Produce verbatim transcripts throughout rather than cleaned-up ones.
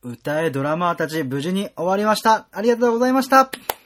歌えドラマーたち無事に終わりました。ありがとうございました。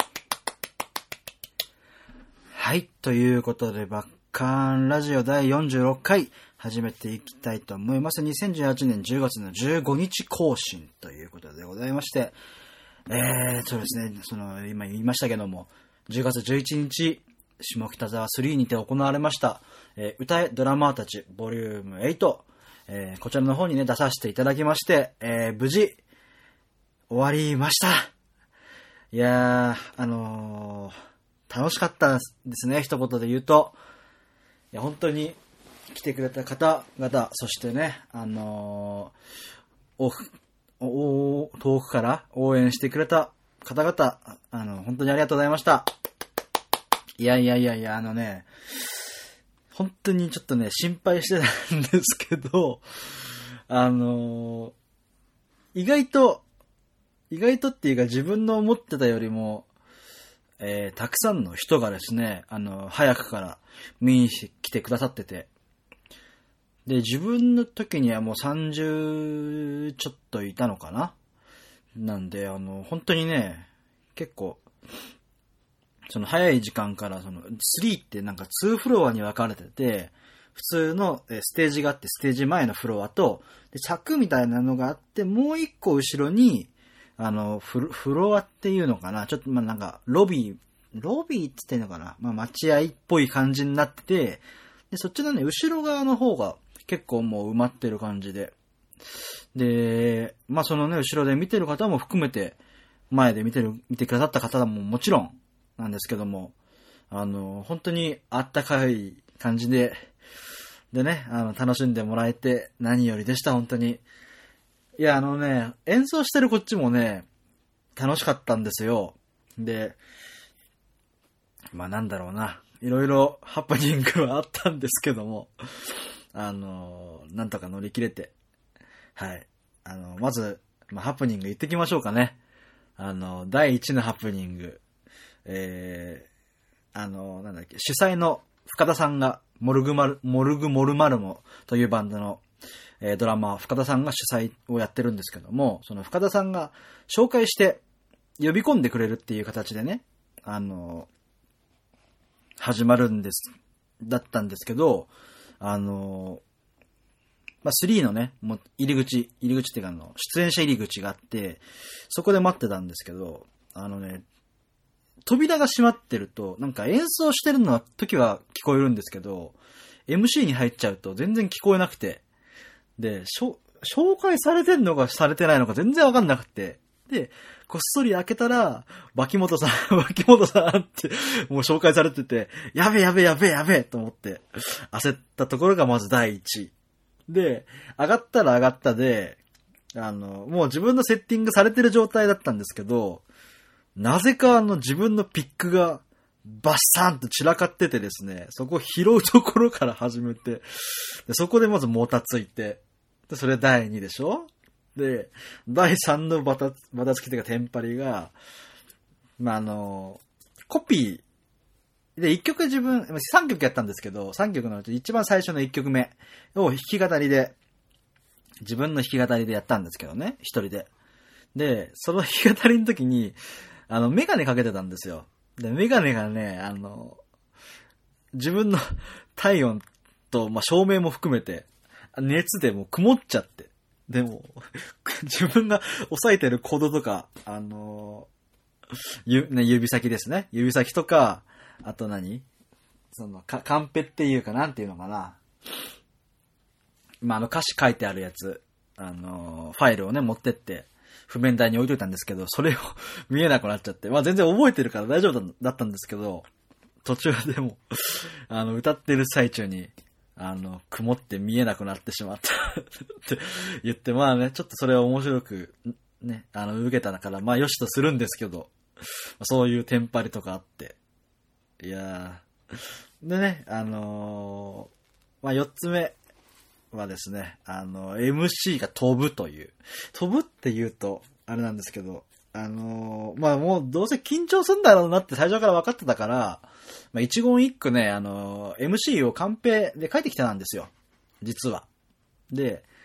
はい、ということでバッカーンラジオだいよんじゅうろっかい始めていきたいと思います。にせんじゅうはちねんじゅうがつのじゅうごにち更新ということでございまして、えー、そうですね、その今言いましたけども、じゅうがつじゅういちにち下北沢スリーにて行われました、えー、歌えドラマーたちボリュームエイト、えー、こちらの方にね出させていただきまして、えー、無事終わりました。いやー、あのー、楽しかったですね、一言で言うと。いや、本当に来てくれた方々、そしてね、あのー、おお遠くから応援してくれた方々、あの、本当にありがとうございました。いやいやいやいや、あのね、本当にちょっとね、心配してたんですけど、あのー、意外と、意外とっていうか自分の思ってたよりも、えー、たくさんの人がですね、あの、早くから見に来てくださってて、で、自分の時にはもうさんじゅうちょっといたのかな？なんで、あの、本当にね、結構、その早い時間から、その、スリーってなんかにフロアに分かれてて、普通のステージがあって、ステージ前のフロアと、で、柵みたいなのがあって、もう一個後ろに、あの、フロ、フロアっていうのかな？ちょっと、ま、なんか、ロビー、ロビーって言ってんのかな？まあ、待合っぽい感じになってて、で、そっちのね、後ろ側の方が結構もう埋まってる感じで。で、まあ、そのね、後ろで見てる方も含めて、前で見てる、見てくださった方ももちろんなんですけども、あの、本当にあったかい感じで、でね、あの、楽しんでもらえて何よりでした、本当に。いや、あのね、演奏してるこっちもね、楽しかったんですよ。で、まあなんだろうな、いろいろハプニングはあったんですけども、あの、なんとか乗り切れて、はい。あの、まず、まあ、ハプニング言ってきましょうかね。あの、だいいちのハプニング、えー、あの、なんだっけ、主催の深田さんが、モルグマル、モルグモルマルモというバンドの、えー、ドラマー、深田さんが主催をやってるんですけども、その深田さんが紹介して呼び込んでくれるっていう形でね、あの、始まるんです、だったんですけど、あの、まあ、スリーのね、もう入り口、入り口っていうかあの、出演者入り口があって、そこで待ってたんですけど、あのね、扉が閉まってると、なんか演奏してるのは時は聞こえるんですけど、エムシー に入っちゃうと全然聞こえなくて、で、しょ、紹介されてんのかされてないのか全然わかんなくて、で、こっそり開けたら、バキモトさん、バキモトさんって、もう紹介されてて、やべやべやべやべと思って、焦ったところがまず第一。で、上がったら上がったで、あの、もう自分のセッティングされてる状態だったんですけど、なぜかあの自分のピックがバッサンと散らかっててですね、そこを拾うところから始めて、でそこでまずもたついて、でそれだいにでしょ？で、だいさんのバタ、バタつきというかテンパリが、まあ、あの、コピー、で、いっきょく自分、さんきょくやったんですけど、さんきょくのうち一番最初のいっきょくめを弾き語りで、自分の弾き語りでやったんですけどね、一人で。で、その弾き語りの時に、あの、メガネかけてたんですよ。で、メガネがね、あの、自分の体温と、まあ、照明も含めて、熱でもう曇っちゃって。でも、自分が押さえてるコードとか、あの、ゆ、ね、指先ですね。指先とか、あと何？その、か、カンペっていうか、なんていうのかな。まあ、あの歌詞書いてあるやつ、あの、ファイルをね、持ってって、譜面台に置いといたんですけど、それを見えなくなっちゃって、まあ全然覚えてるから大丈夫だったんですけど、途中でも、あの、歌ってる最中に、あの、曇って見えなくなってしまったって言って、まあね、ちょっとそれは面白く、ね、あの、受けたから、まあよしとするんですけど、そういうテンパリとかあって、いやー、でね、あのー、まあよっつめはですね、あの、エムシー が飛ぶという、飛ぶって言うと、あれなんですけど、あのー、まあもうどうせ緊張するんだろうなって最初から分かってたから、まあ一言一句ね、あのー、エムシー をカンペで書いてきてたんですよ。実は。で、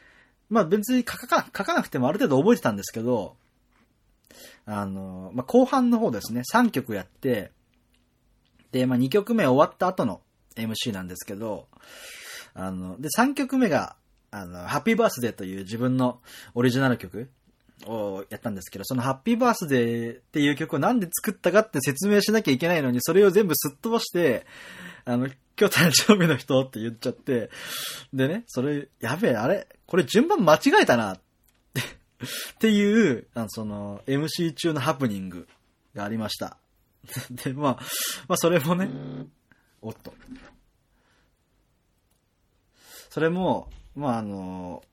まあ別に書か、書かなくてもある程度覚えてたんですけど、あの、まあ後半の方ですね、さんきょくやって、で、まあにきょくめ終わった後の エムシー なんですけど、あの、で、さんきょくめが、あの、ハッピーバースデーという自分のオリジナル曲をやったんですけど、そのハッピーバースデーっていう曲をなんで作ったかって説明しなきゃいけないのに、それを全部すっ飛ばして、あの、今日誕生日の人って言っちゃって、でね、それ、やべえ、あれこれ順番間違えたなって、っていう、あの、その、エムシー 中のハプニングがありました。で、まあ、まあ、それもね、おっと。それも、まあ、あの、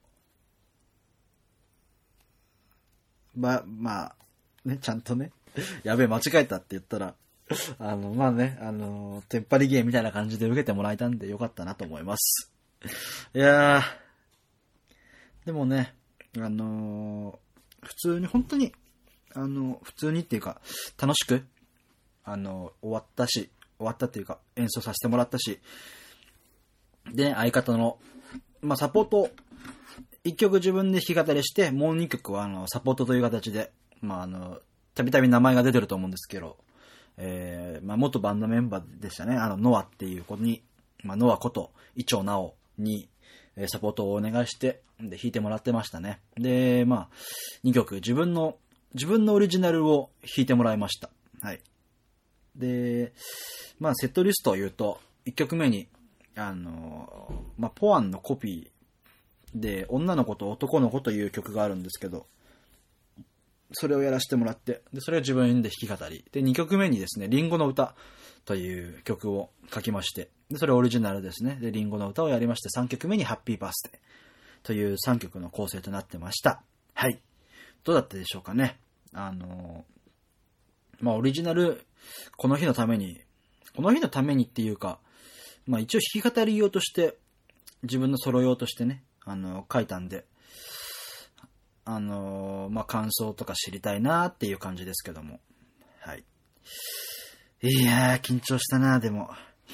ま、まあ、ね、ちゃんとね、やべえ、間違えたって言ったら、あの、まあね、あの、テンパリゲーみたいな感じで受けてもらえたんでよかったなと思います。いやー、でもね、あのー、普通に、本当に、あの、普通にっていうか、楽しく、あの、終わったし、終わったっていうか、演奏させてもらったし、で、相方の、まあ、サポート、一曲自分で弾き語りして、もう二曲は、あの、サポートという形で、まあ、あの、たびたび名前が出てると思うんですけど、えー、まあ、元バンドメンバーでしたね。あの、ノアっていう子に、まあ、ノアこと、イチョウナオに、えー、サポートをお願いして、で、弾いてもらってましたね。で、まあ、にきょく、自分の、自分のオリジナルを弾いてもらいました。はい。で、まあ、セットリストを言うと、いっきょくめに、あの、まあ、ポアンのコピーで、女の子と男の子という曲があるんですけど、それをやらせてもらって、で、それを自分で弾き語り。で、にきょくめにですね、リンゴの歌という曲を書きまして、で、それオリジナルですね。で、リンゴの歌をやりまして、さんきょくめにハッピーバースデーというさんきょくの構成となってました。はい。どうだったでしょうかね。あの、まあ、オリジナル、この日のために、この日のためにっていうか、まあ、一応弾き語り用として、自分のソロ用としてね、あの、書いたんで、あのー、まあ、感想とか知りたいなーっていう感じですけども。はい。いやー、緊張したなー、でも。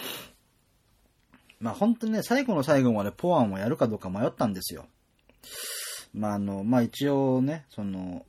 まあ、ほんとね、最後の最後までポアンをやるかどうか迷ったんですよ。まあ、あの、まあ、一応ね、その、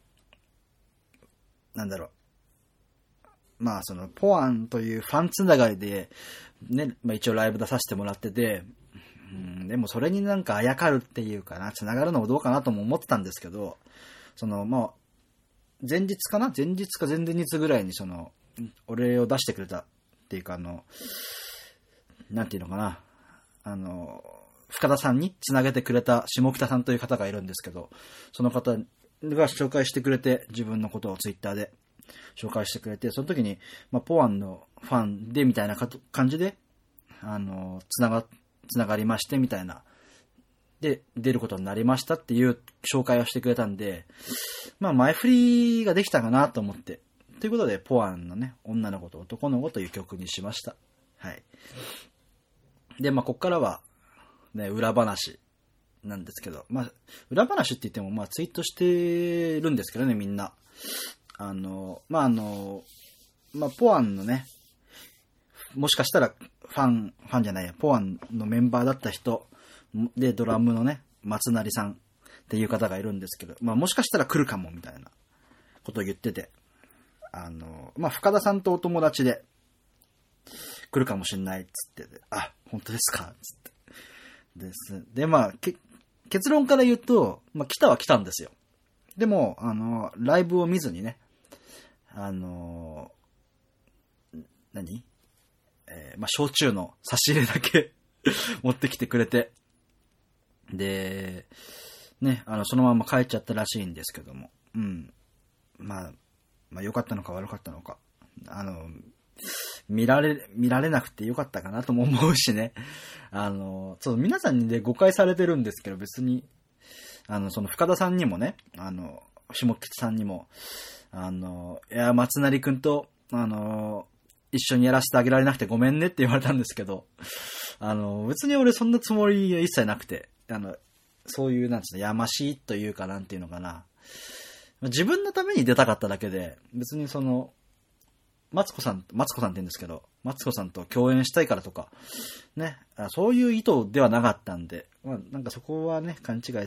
なんだろう。まあ、その、ポアンというファンつながりで、ね、まあ、一応ライブ出させてもらってて、うん、でもそれになんかあやかるっていうかな、つながるのもどうかなとも思ってたんですけど、その、まあ、前日かな前日か前々日ぐらいにその、俺を出してくれたっていうか、あの、なんていうのかな、あの、深田さんにつなげてくれた下北さんという方がいるんですけど、その方が紹介してくれて、自分のことをツイッターで紹介してくれて、その時に、まあ、ポアンのファンでみたいな感じで、あの、つながって、つながりましてみたいなで出ることになりましたっていう紹介をしてくれたんで、まあ前振りができたかなと思ってということでポアンのね女の子と男の子という曲にしました。はい。でまあこっからはね裏話なんですけど、まあ裏話って言ってもまあツイートしてるんですけどねみんなあのまああのまあポアンのねもしかしたらファン、ファンじゃないや、ポアンのメンバーだった人で、ドラムのね、松成さんっていう方がいるんですけど、まあもしかしたら来るかもみたいなことを言ってて、あの、まあ深田さんとお友達で来るかもしれないっつってて、あ、本当ですかっつって。です。で、まあ、け結論から言うと、まあ来たは来たんですよ。でも、あの、ライブを見ずにね、あの、何えー、まあ、焼酎の差し入れだけ持ってきてくれて、で、ね、あの、そのまま帰っちゃったらしいんですけども、うん。まあ、まあ、良かったのか悪かったのか、あの、見られ、見られなくて良かったかなとも思うしね、あの、そう、皆さんにね、誤解されてるんですけど、別に、あの、その、深田さんにもね、あの、下吉さんにも、あの、いや、松成くんと、あの、一緒にやらせてあげられなくてごめんねって言われたんですけど、あの、別に俺そんなつもりは一切なくて、あの、そういう、なんつうの、やましいというかなんていうのかな。自分のために出たかっただけで、別にその、マツコさん、マツコさんって言うんですけど、マツコさんと共演したいからとか、ね、そういう意図ではなかったんで、まあなんかそこはね、勘違い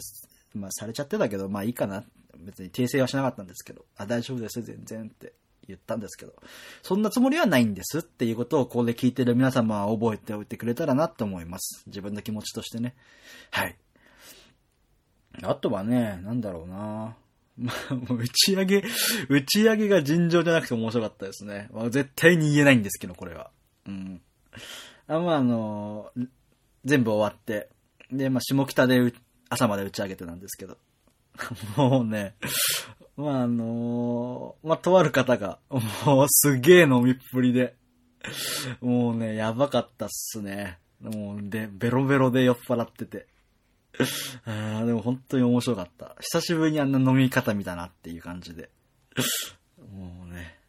まあされちゃってたけど、まあいいかな。別に訂正はしなかったんですけど、あ、大丈夫です、全然って言ったんですけど、そんなつもりはないんですっていうことをここで聞いてる皆様は覚えておいてくれたらなと思います。自分の気持ちとしてね。はい。あとはね、なんだろうな。まあ、もう打ち上げ、打ち上げが尋常じゃなくて面白かったですね。まあ、絶対に言えないんですけど、これは。うん。あ、まあ、あの、全部終わって、で、まあ、下北で朝まで打ち上げてなんですけど。もうね、まあ、あのー、まあ、とある方が、もうすげえ飲みっぷりで、もうね、やばかったっすね。もう、で、ベロベロで酔っ払ってて。あでも本当に面白かった。久しぶりにあんな飲み方見たなっていう感じで。もうね。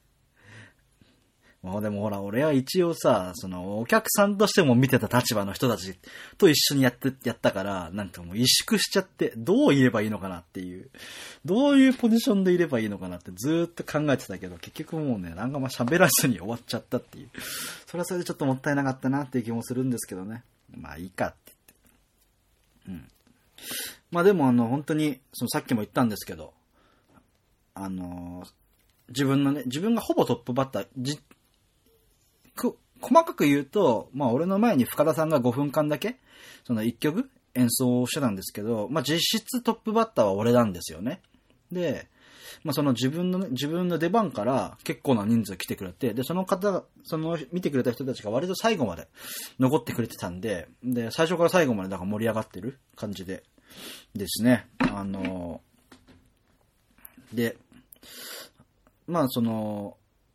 もうでもほら、俺は一応さ、その、お客さんとしても見てた立場の人たちと一緒にやって、やったから、なんかもう萎縮しちゃって、どう言えばいいのかなっていう、どういうポジションでいればいいのかなってずーっと考えてたけど、結局もうね、なんかまあ喋らずに終わっちゃったっていう。それはそれでちょっともったいなかったなっていう気もするんですけどね。まあいいかって。うん。まあでもあの本当にそのさっきも言ったんですけど、あのー、自分のね自分がほぼトップバッターじく細かく言うと、まあ俺の前に深田さんがごふんかんだけそのいっきょく演奏してたんですけど、まあ実質トップバッターは俺なんですよね。で、まあその自分のね自分の出番から結構な人数来てくれて、でその方がその見てくれた人たちが割と最後まで残ってくれてたんで、で最初から最後までだから盛り上がってる感じでですね。あのでまあその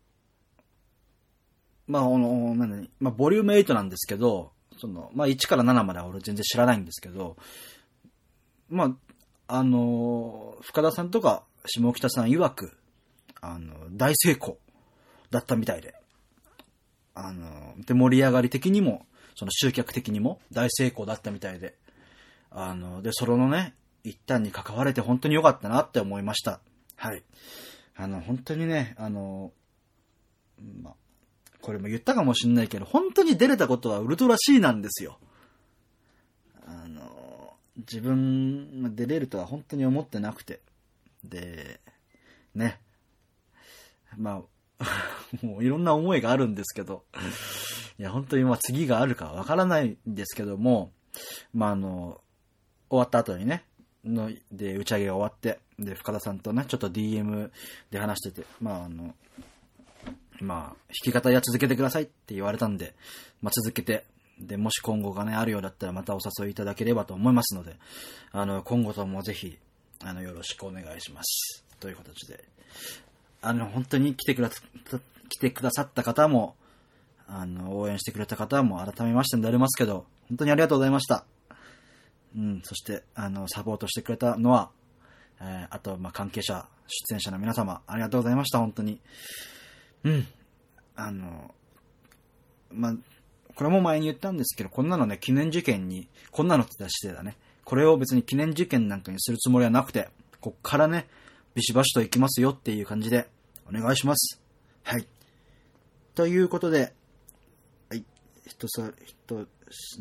まああのなんだねまあボリュームエイトなんですけど、そのまあいちからななまでは俺全然知らないんですけど、まああの深田さんとか下北さん曰く、あの、大成功だったみたいで、あの、で、盛り上がり的にも、その集客的にも大成功だったみたいで、あの、で、それのね、一端に関われて本当に良かったなって思いました。はい。あの、本当にね、あの、まあ、これも言ったかもしんないけど、本当に出れたことはウルトラ C なんですよ。あの、自分が出れるとは本当に思ってなくて。で、ね。まあ、もういろんな思いがあるんですけど、いや、本当にまあ次があるかわからないんですけども、まああの、終わった後にね、ので、打ち上げが終わって、で、深田さんとね、ちょっと ディーエム で話してて、まああの、まあ、弾き語りは続けてくださいって言われたんで、まあ続けて、で、もし今後がね、あるようだったらまたお誘いいただければと思いますので、あの、今後ともぜひ、あの、よろしくお願いします。という形で。あの、本当に来てくださった、来てくださった方も、あの、応援してくれた方も改めましてになりますけど、本当にありがとうございました。うん、そして、あの、サポートしてくれたのは、えー、あと、まあ、関係者、出演者の皆様、ありがとうございました、本当に。うん。あの、まあ、これも前に言ったんですけど、こんなのね、記念受験に、こんなのって言ったら失礼だね。これを別に記念受験なんかにするつもりはなくて、こっからね、ビシバシと行きますよっていう感じで、お願いします。はい。ということで、はい。人さ、人、ん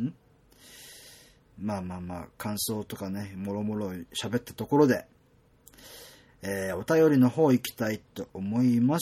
まあまあまあ、感想とかね、もろもろ喋ったところで、えー、お便りの方行きたいと思います。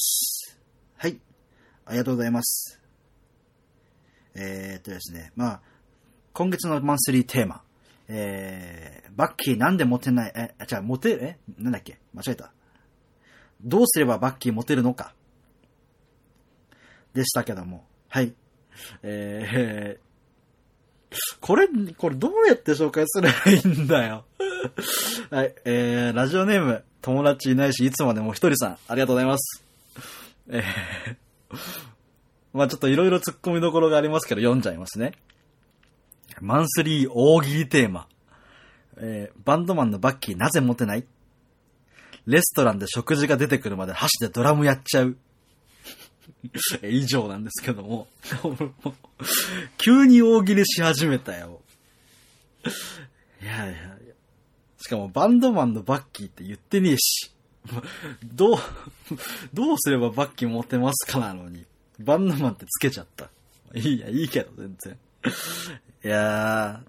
はい。ありがとうございます。えーっとですね、まあ、今月のマンスリーテーマ、えー、バッキーなんでモテない、え、じゃあモテる、えなんだっけ間違えた。どうすればバッキーモテるのかでしたけども。はい。えー、これ、これどうやって紹介すればいいんだよ。はい。えー、ラジオネーム、友達いないし、いつまでも一人さん、ありがとうございます。えー、まあちょっといろいろ突っ込みどころがありますけど、読んじゃいますね。マンスリー大喜利テーマ。えー、バンドマンのバッキーなぜモテない？レストランで食事が出てくるまで箸でドラムやっちゃう。以上なんですけども。急に大喜利し始めたよ。いやいやいや。しかもバンドマンのバッキーって言ってねえし。どう、どうすればバッキーモテますかなのに。バンドマンってつけちゃった。いいや、いいけど全然。いや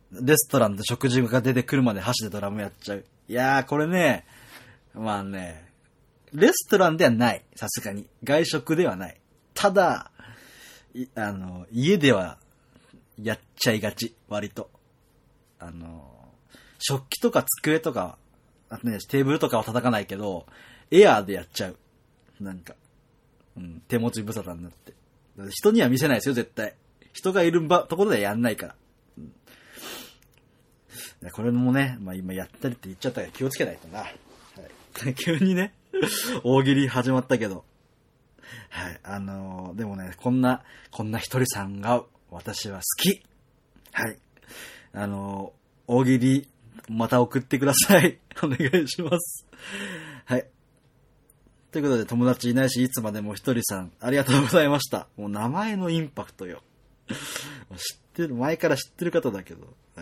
レストランで食事が出てくるまで箸でドラムやっちゃう。いやー、これね、まあね、レストランではない。さすがに。外食ではない。ただ、あの、家ではやっちゃいがち。割と。あの、食器とか机とか、あとね、テーブルとかは叩かないけど、エアーでやっちゃう。なんか、うん、手持ち無沙汰になって。人には見せないですよ、絶対。人がいる場、ところではやんないから。うん、これもね、まあ今やったりって言っちゃったから気をつけないとな。はい、急にね、大喜利始まったけど。はい、あのー、でもね、こんな、こんなひとりさんが私は好き。はい。あのー、大喜利、また送ってください。お願いします。はい。ということで、友達いないし、いつまでもひとりさん、ありがとうございました。もう名前のインパクトよ。知ってる、前から知ってる方だけど。はい。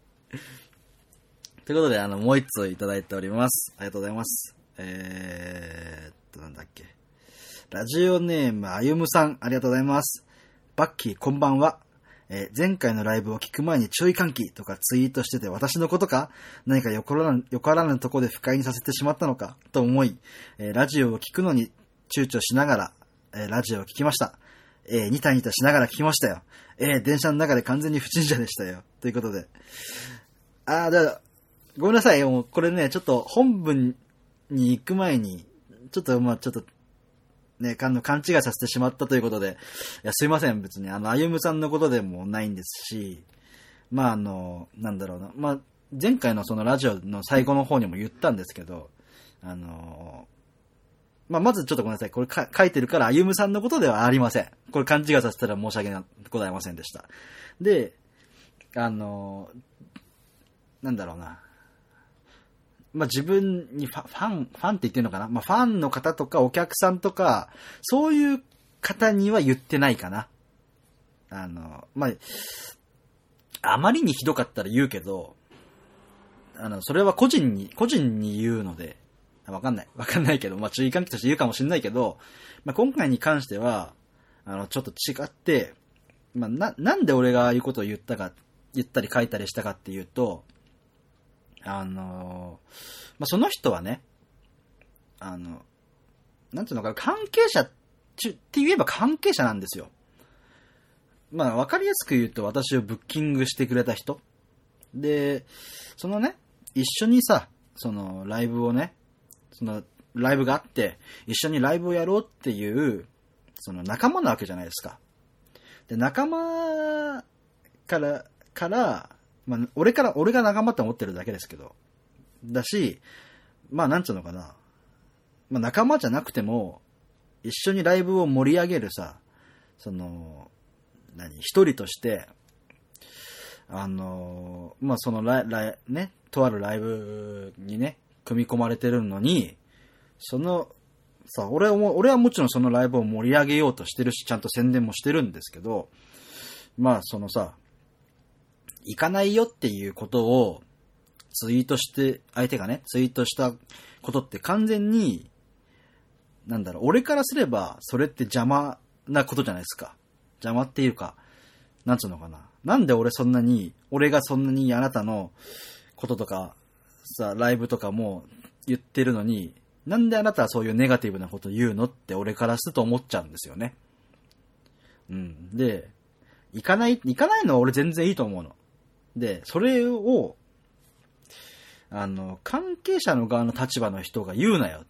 ということで、あの、もう一通いただいております。ありがとうございます。えーっと、なんだっけ。ラジオネーム、あゆむさん、ありがとうございます。バッキー、こんばんは。えー、前回のライブを聞く前に注意喚起とかツイートしてて私のことか何かよからぬ、よからぬとこで不快にさせてしまったのかと思い、えー、ラジオを聞くのに躊躇しながら、えー、ラジオを聞きました。えー、ニタニタしながら聞きましたよ。えー、電車の中で完全に不審者でしたよ。ということで。あー、だから、ごめんなさい。もうこれね、ちょっと本文に行く前に、ちょっと、まあちょっと、ね、勘違いさせてしまったということで、いや、すいません、別に、あの、あゆむさんのことでもないんですし、まあ、あの、なんだろうな、まあ、前回のそのラジオの最後の方にも言ったんですけど、あの、まあ、まずちょっとごめんなさい、これか書いてるから、あゆむさんのことではありません。これ勘違いさせたら申し訳ございませんでした。で、あの、なんだろうな、まあ、自分にファ、ファン、ファンって言ってるのかな、まあ、ファンの方とかお客さんとか、そういう方には言ってないかな。あの、まあ、あまりにひどかったら言うけど、あの、それは個人に、個人に言うので、わかんない。わかんないけど、まあ、注意喚起として言うかもしれないけど、まあ、今回に関しては、あの、ちょっと違って、まあ、な、なんで俺がああいうことを言ったか、言ったり書いたりしたかっていうと、あのー、まあ、その人はね、あの、なんていうのかな、関係者って言えば関係者なんですよ。まあ、わかりやすく言うと私をブッキングしてくれた人。で、そのね、一緒にさ、そのライブをね、そのライブがあって、一緒にライブをやろうっていう、その仲間なわけじゃないですか。で、仲間から、から、まあ、俺から、俺が仲間って思ってるだけですけど。だし、まあ、なんつうのかな。まあ、仲間じゃなくても、一緒にライブを盛り上げるさ、その、何、一人として、あの、まあ、そのライ、ライ、ね、とあるライブにね、組み込まれてるのに、その、さ、俺はも、俺はもちろんそのライブを盛り上げようとしてるし、ちゃんと宣伝もしてるんですけど、まあ、そのさ、行かないよっていうことをツイートして、相手がね、ツイートしたことって完全に、なんだろう、俺からすれば、それって邪魔なことじゃないですか。邪魔っていうか、なんつうのかな。なんで俺そんなに、俺がそんなにあなたのこととか、さ、ライブとかも言ってるのに、なんであなたはそういうネガティブなこと言うのって俺からすると思っちゃうんですよね。うん。で、行かない、行かないのは俺全然いいと思うの。で、それを、あの、関係者の側の立場の人が言うなよって。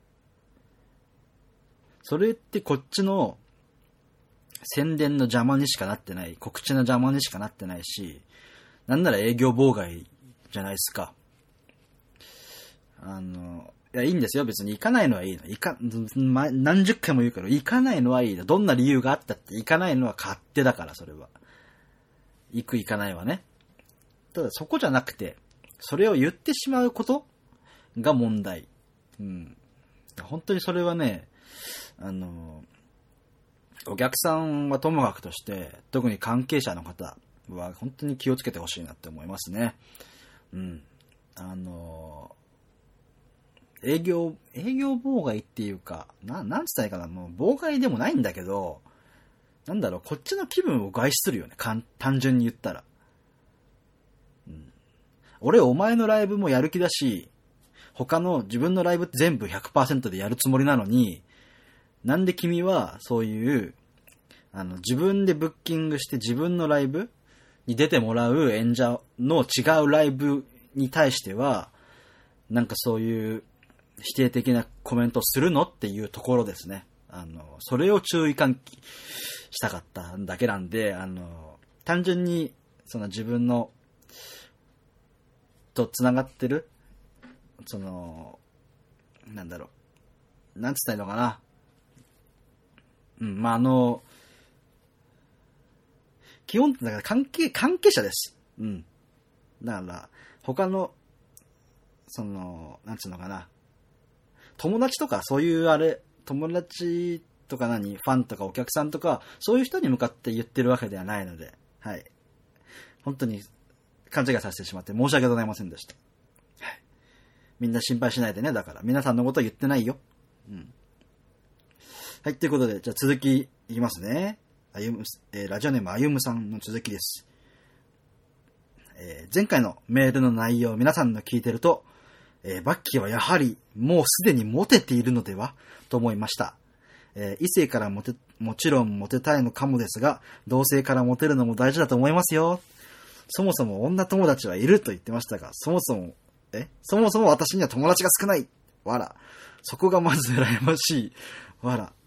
それってこっちの宣伝の邪魔にしかなってない、告知の邪魔にしかなってないし、なんなら営業妨害じゃないですか。あの、いや、いいんですよ。別に行かないのはいいの。行か、ま、何十回も言うけど、行かないのはいいの。どんな理由があったって行かないのは勝手だから、それは。行く行かないはね。ただそこじゃなくて、それを言ってしまうことが問題。うん。本当にそれはね、あの、お客さんはともかくとして、特に関係者の方は本当に気をつけてほしいなって思いますね。うん。あの、営業、営業妨害っていうか、な、なんつったらいいかな、もう妨害でもないんだけど、なんだろう、こっちの気分を害するよね。かん単純に言ったら。 俺お前のライブもやる気だし、他の自分のライブって全部 ひゃくパーセント でやるつもりなのに、なんで君はそういう、あの、自分でブッキングして自分のライブに出てもらう演者の違うライブに対しては、なんかそういう否定的なコメントをするのっていうところですね。あの、それを注意喚起したかっただけなんで、あの、単純に、その自分の、と繋がってる、その、なんだろう、なんつったらいいのかな。うん、まあ、あの、基本だから関係、関係者です。うん。だから、他の、その、なんつうのかな。友達とか、そういうあれ、友達とか何、ファンとかお客さんとか、そういう人に向かって言ってるわけではないので、はい。本当に勘違いさせてしまって申し訳ございませんでした。はい。みんな心配しないでね、だから。皆さんのことは言ってないよ。うん。はい、ということで、じゃあ続きいきますね。あゆむ、えー、ラジオネームあゆむさんの続きです。えー、前回のメールの内容を皆さんの聞いてると、えー、バッキーはやはりもうすでにモテているのではと思いました。えー、異性からモテ、もちろんモテたいのかもですが、同性からモテるのも大事だと思いますよ。そもそも女友達はいると言ってましたが、そもそも、えそもそも私には友達が少ない。わら。そこがまず羨ましい。わら。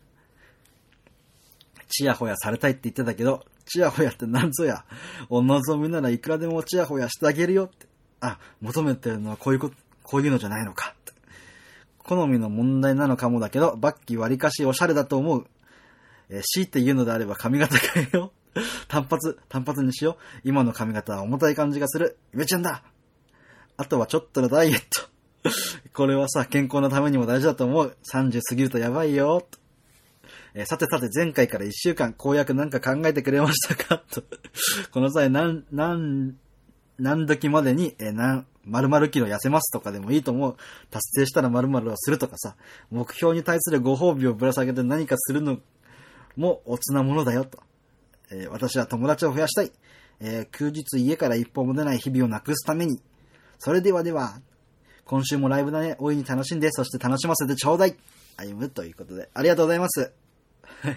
チヤホヤされたいって言ってたけど、チヤホヤってなんぞや。お望みならいくらでもチヤホヤしてあげるよって。あ、求めてるのはこういうこと、こういうのじゃないのか。好みの問題なのかもだけど、バッキーわりかしおしゃれだと思う。えー、強いて言うのであれば髪型変えよう。単発、単発にしよう。今の髪型は重たい感じがする。ゆめちゃんだ。あとはちょっとのダイエット。これはさ、健康のためにも大事だと思う。さんじゅう過ぎるとやばいよ。えー、さてさて前回からいっしゅうかん公約なんか考えてくれましたかと。この際、なん、なん、何時までに、えー、なん、〇〇キロ痩せますとかでもいいと思う。達成したら〇〇をするとかさ、目標に対するご褒美をぶら下げて何かするのもおつなものだよと。えー、私は友達を増やしたい。えー、休日家から一歩も出ない日々をなくすために。それではでは、今週もライブだね。大いに楽しんで、そして楽しませてちょうだい。歩むということで、ありがとうございます。はい。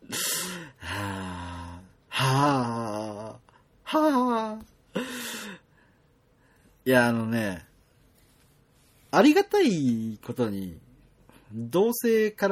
はぁ、はぁ、はぁ。いや、あのね、ありがたいことに、同性から、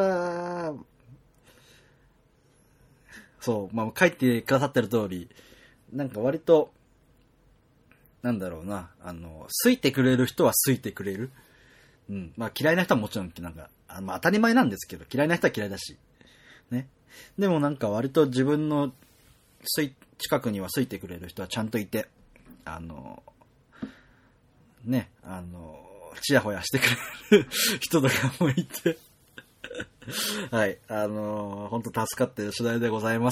そう、まあ、書いてくださってる通り、なんか割と、なんだろうな、あの、好いてくれる人は好いてくれる。うん。まあ、嫌いな人はもちろん、なんか、あまあ、当たり前なんですけど、嫌いな人は嫌いだし。ね。でもなんか割と自分の、近くには好いてくれる人はちゃんといて、あの、ね、あの、ちやほやしてくれる人とかもいて、はい、あの、ほんと助かっている次第でございます。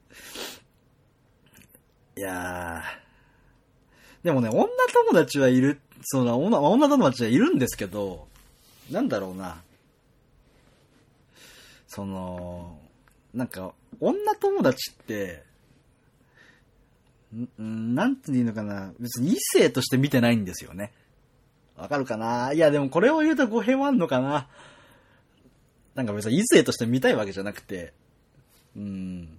いやー、でもね、女友達はいる、その女、女友達はいるんですけど、なんだろうな、その、なんか、女友達って、ん、なんて言うのかな、別に異性として見てないんですよね。わかるかな？いや、でもこれを言うと語弊もあんのかな。なんか別に異性として見たいわけじゃなくて、うーん。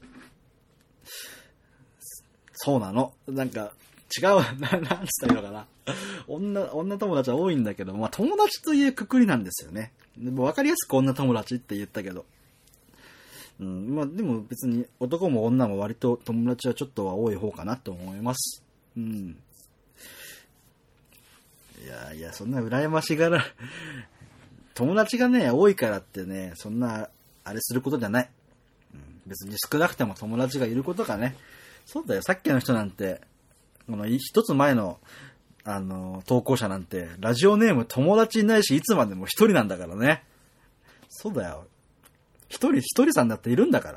そうなの。なんか、違う、な、なんつったらいいのかな。女、女友達は多いんだけど、まあ友達というくくりなんですよね。でも分かりやすく女友達って言ったけど。うん、まあでも別に男も女も割と友達はちょっとは多い方かなと思います。うん。いやいや、そんな羨ましがら、友達がね、多いからってね、そんな、あれすることじゃない。うん、別に少なくても友達がいることがね、そうだよ、さっきの人なんて、この一つ前の、あの、投稿者なんて、ラジオネーム友達いないし、いつまでも一人なんだからね。そうだよ。一人、一人さんだっているんだから。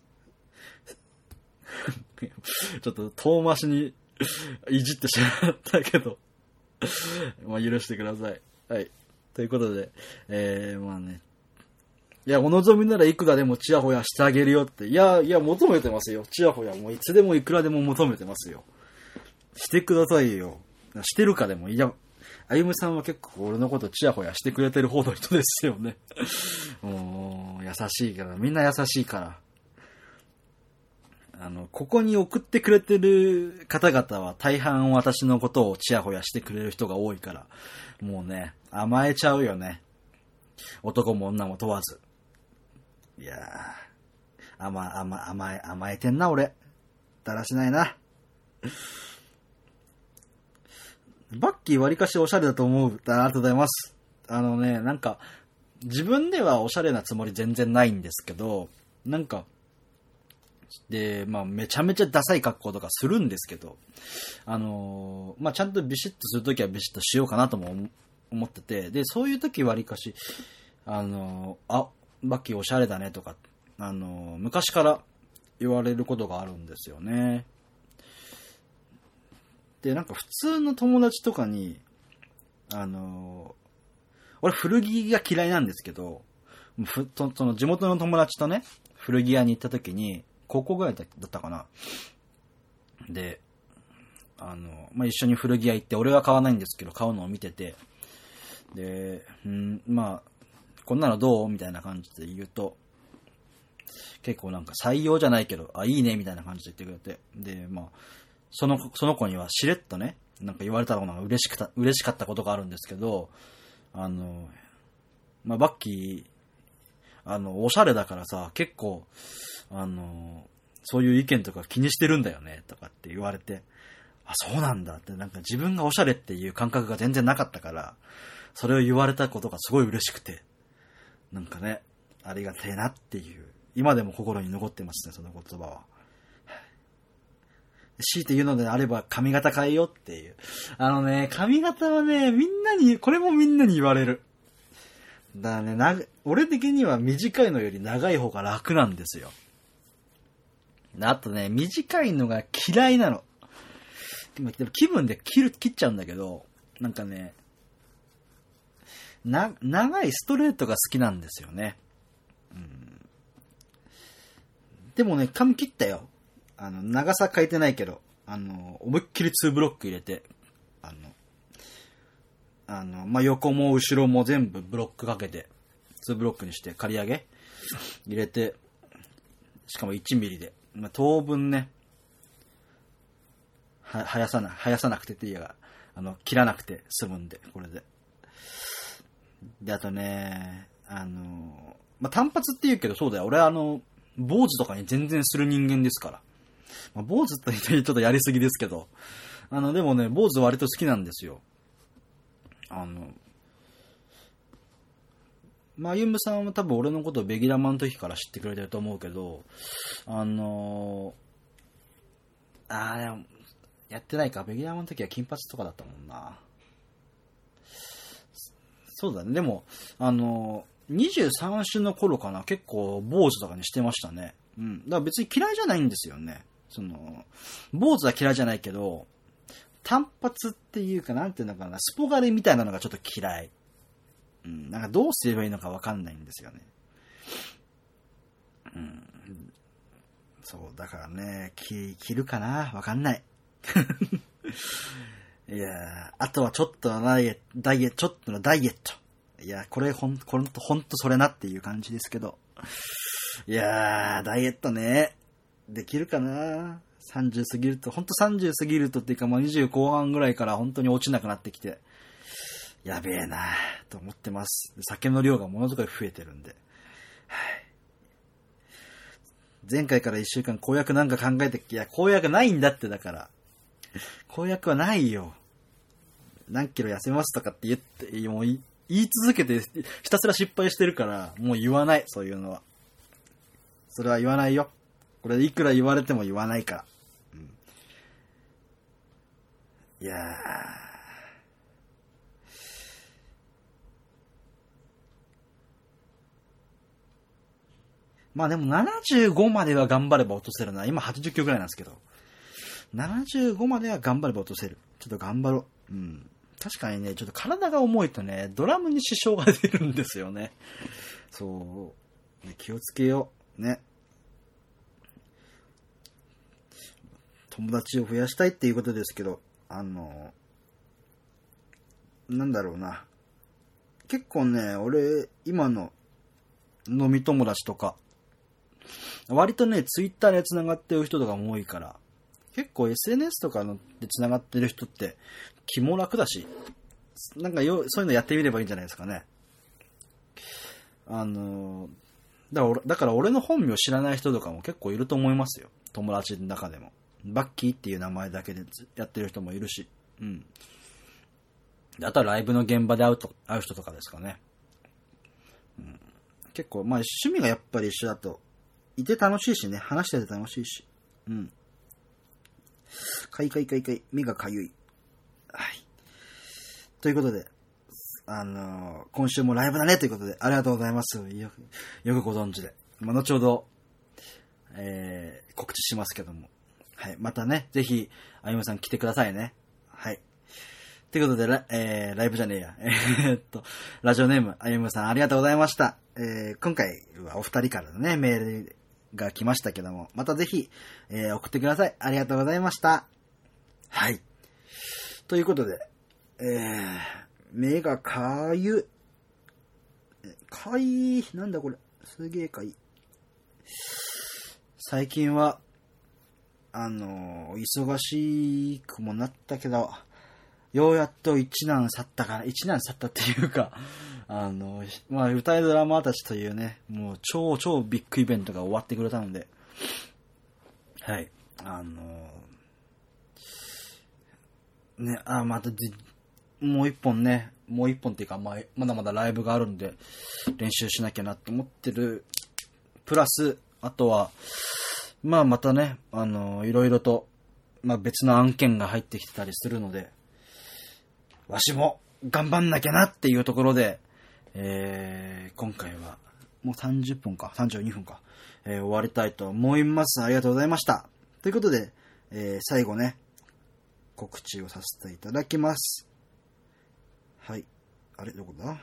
ちょっと遠回しにいじってしまったけど。まあ許してください。はい。ということで、えー、まあね。いや、お望みならいくらでもチヤホヤしてあげるよって。いや、いや、求めてますよ。チヤホヤもいつでもいくらでも求めてますよ。してくださいよ。 してるかでも、いや、あゆむさんは結構俺のことチヤホヤしてくれてる方の人ですよね。もう、優しいから、みんな優しいから。あの、ここに送ってくれてる方々は大半私のことをチヤホヤしてくれる人が多いから、もうね、甘えちゃうよね。男も女も問わず。いやー、甘、甘、甘え、甘えてんな、俺。だらしないな。バッキー割かしおしゃれだと思う。ありがとうございます。あのね、なんか、自分ではおしゃれなつもり全然ないんですけど、なんか、で、まあ、めちゃめちゃダサい格好とかするんですけど、あのー、まあ、ちゃんとビシッとするときはビシッとしようかなとも思ってて、で、そういうとき割かし、あのー、あ、バッキーおしゃれだねとか、あのー、昔から言われることがあるんですよね。で、なんか普通の友達とかに、あのー、俺古着が嫌いなんですけど、ふとその地元の友達とね、古着屋に行った時に、高校ぐらいだったかな。で、あの、まあ、一緒に古着屋行って、俺は買わないんですけど、買うのを見てて、で、うん、まあ、こんなのどうみたいな感じで言うと、結構なんか採用じゃないけど、あ、いいねみたいな感じで言ってくれて、で、まあ、その、その子にはしれっとね、なんか言われたのが嬉しくた、嬉しかったことがあるんですけど、あの、まあ、バッキー、あの、おしゃれだからさ、結構、あの、そういう意見とか気にしてるんだよね、とかって言われて、あ、そうなんだって、なんか自分がおしゃれっていう感覚が全然なかったから、それを言われたことがすごい嬉しくて、なんかね、ありがたいなっていう、今でも心に残ってますね、その言葉は。強いて言うのであれば髪型変えようっていう。あのね、髪型はね、みんなに、これもみんなに言われる。だからね、な、俺的には短いのより長い方が楽なんですよ。あとね、短いのが嫌いなの。でも気分で切る、切っちゃうんだけど、なんかね、な、長いストレートが好きなんですよね。うん、でもね、髪切ったよ。あの、長さ変えてないけど、あの、思いっきりツーブロック入れて、あの、あの、まあ、横も後ろも全部ブロックかけて、ツーブロックにして刈り上げ入れて、しかもいちミリで、まあ、当分ね、は、生やさな、生やさなくてっていいや、あの、切らなくて済むんで、これで。で、あとね、あの、まあ、単発って言うけど、そうだよ、俺はあの、坊主とかに全然する人間ですから。まあ、坊主って言ってちょっとやりすぎですけど、あの、でもね、坊主割と好きなんですよ。あの、まあ、ゆむさんは多分俺のことをベギラマの時から知ってくれてると思うけど、あのー、あー、でも、やってないか。ベギラマの時は金髪とかだったもんな。そうだね。でも、あのー、にじゅうさん種の頃かな、結構坊主とかにしてましたね。うん。だから別に嫌いじゃないんですよね。その、坊主は嫌いじゃないけど、単発っていうか、なんていうのかな、スポ狩りみたいなのがちょっと嫌い。うん、なんかどうすればいいのかわかんないんですよね。うん。そう、だからね、着、着るかなわかんない。いやー、あとはちょっとのダイエット、ダイエット、ちょっとのダイエット。いやー、これほん、ほんと、ほんとそれなっていう感じですけど。いやー、ダイエットね、できるかなさんじゅう過ぎると、ほんとさんじゅう過ぎるとっていうか、まあ、にじゅう後半ぐらいから本当に落ちなくなってきて、やべえなーと思ってます。酒の量がものすごい増えてるんで。はい、前回からいっしゅうかん公約なんか考えて、いや、公約ないんだってだから。公約はないよ。何キロ痩せますとかって言って、もう言い続けて、ひたすら失敗してるから、もう言わない、そういうのは。それは言わないよ。これいくら言われても言わないから。うん、いやー。まあでもななじゅうごまでは頑張れば落とせるな。今はちじゅっキロぐらいなんですけど。ななじゅうごまでは頑張れば落とせる。ちょっと頑張ろう。うん。確かにね、ちょっと体が重いとね、ドラムに支障が出るんですよね。そう。ね、気をつけよう。ね。友達を増やしたいっていうことですけど、あの、 なんだろうな。結構ね、俺、今の飲み友達とか、割とね、ツイッターで繋がってる人とかも多いから、結構 エスエヌエス とかので繋がってる人って、気も楽だし、なんかよ、そういうのやってみればいいんじゃないですかね。あの、だから俺、だから俺の本名知らない人とかも結構いると思いますよ。友達の中でも。バッキーっていう名前だけでやってる人もいるし。うん。あとはライブの現場で会うと、会う人とかですかね。うん、結構、まあ趣味がやっぱり一緒だと、いて楽しいしね、話してて楽しいし。うん。かいかいかいかい、目がかゆい。はい。ということで、あのー、今週もライブだねということで、ありがとうございます。よく、よくご存知で。まあ、後ほど、えー、告知しますけども。はい。またね、ぜひ、あゆむさん来てくださいね。はい。ということで、ラ,、えー、ライブじゃねえや。えー、っと、ラジオネーム、あゆむさんありがとうございました。えー、今回はお二人からのね、メールが来ましたけども、またぜひ、えー、送ってください。ありがとうございました。はい。ということで、えー、目がかゆい。かい、なんだこれ。すげえかい。最近は、あのー、忙しくもなったけど、ようやっと一難去ったかな。一難去ったっていうか、あのー、まあ、歌いドラマーたちというね、もう超超ビッグイベントが終わってくれたので、はい。あのー、ね、あ、また、もう一本ね、もう一本っていうか、まあ、まだまだライブがあるんで、練習しなきゃなって思ってる。プラス、あとは、まあまたね、あの、いろいろと、まあ別の案件が入ってきてたりするので、わしも頑張んなきゃなっていうところで、えー、今回は、もうさんじゅっぷんか、さんじゅうにふんか、えー、終わりたいと思います。ありがとうございました。ということで、えー、最後ね、告知をさせていただきます。はい。あれ、どこだ？はい。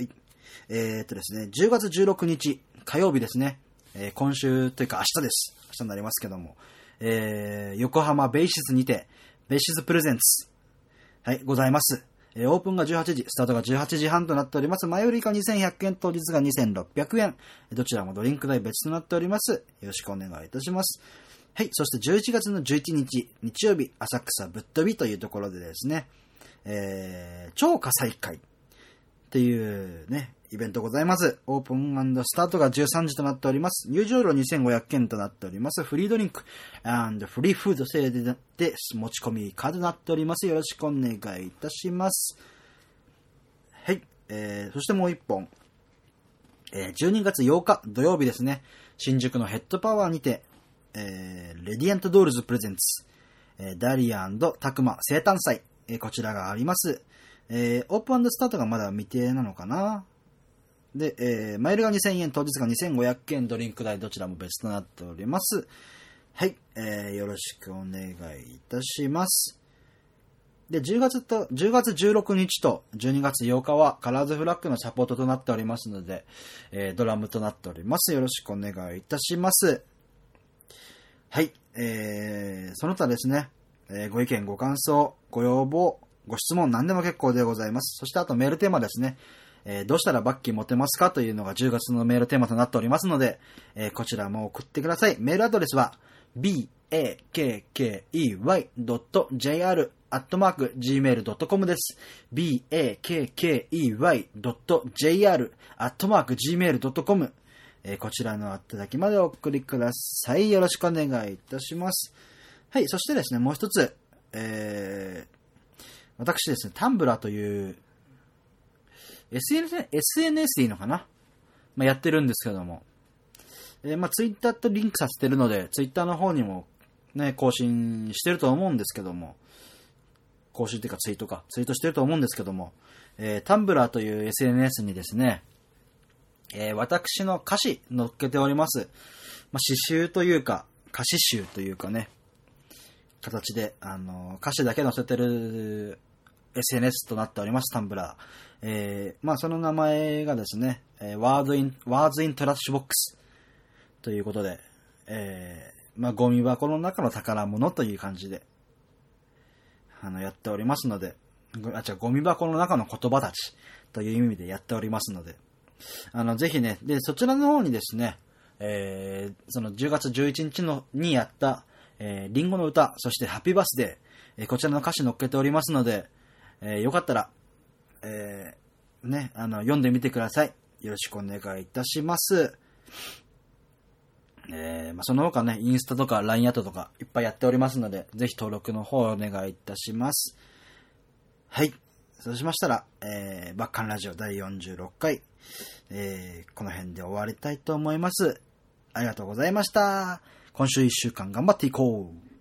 えー、っとですね、じゅうがつじゅうろくにち、火曜日ですね。えー、今週というか明日です。明日になりますけども。えー、横浜ベイシスにて、ベイシスプレゼンツ。はい、ございます。えー、オープンがじゅうはちじ、スタートがじゅうはちじはんとなっております。前売りがにせんひゃくえん、当日がにせんろっぴゃくえん。どちらもドリンク代別となっております。よろしくお願いいたします。はい、そしてじゅういちがつのじゅういちにち、日曜日、浅草ぶっ飛びというところでですね、えー、超火災会っていうね、イベントございます。オープン&スタートがじゅうさんじとなっております。入場料にせんごひゃくえんとなっております。フリードリンク&フリーフード制で持ち込み可となっております。よろしくお願いいたします。はい。えー、そしてもう一本。えー、じゅうにがつようか土曜日ですね。新宿のヘッドパワーにて、えー、レディアントドールズプレゼンツ、えー、ダリア&タクマ生誕祭、えー、こちらがあります。えー、オープン&スタートがまだ未定なのかな。で、えー、マイルがにせんえん、当日がにせんごひゃくえん、ドリンク代どちらも別となっております。はい、えー、よろしくお願いいたします。で、10月と、じゅうがつじゅうろくにちとじゅうにがつようかはカラーズフラッグのサポートとなっておりますので、えー、ドラムとなっております。よろしくお願いいたします。はい、えー、その他ですね、えー、ご意見、ご感想、ご要望、ご質問何でも結構でございます。そしてあとメールテーマですね。えー、どうしたらバッキー持てますかというのがじゅうがつのメールテーマとなっておりますので、えー、こちらも送ってください。メールアドレスは バッキードットジェイアール アットマーク ジーメール ドットコム です。バッキードットジェイアール アットマーク ジーメール ドットコム、えー、こちらのあっただきまでお送りください。よろしくお願いいたします。はい、そしてですね、もう一つ、えー、私ですね、タンブラーという、エスエヌエス、エスエヌエス でいいのかな、まあ、やってるんですけども。えー、まあ、ツイッターとリンクさせてるので、ツイッターの方にもね、更新してると思うんですけども。更新っていうかツイートか。ツイートしてると思うんですけども。えー、タンブラーという エスエヌエス にですね、えー、私の歌詞載っけております。まあ、詩集というか、歌詞集というかね、形で、あのー、歌詞だけ載せてるエスエヌエス となっております、タンブラー。えー、まあその名前がですね、えー、Words in, Words in Trash Box ということで、えー、まあゴミ箱の中の宝物という感じで、あの、やっておりますので、 あ、違う、ゴミ箱の中の言葉たちという意味でやっておりますので、あの、ぜひね、で、そちらの方にですね、えー、そのじゅうがつじゅういちにちのにやった、えー、リンゴの歌、そしてハッピーバースデー、えー、こちらの歌詞載っけておりますので、えー、よかったら、えー、ね、あの、読んでみてください。よろしくお願いいたします。えー、まあ、その他ね、インスタとか ライン アットとかいっぱいやっておりますので、ぜひ登録の方お願いいたします。はい。そうしましたら、えー、バッカンラジオだいよんじゅうろっかい、えー、この辺で終わりたいと思います。ありがとうございました。今週いっしゅうかん頑張っていこう。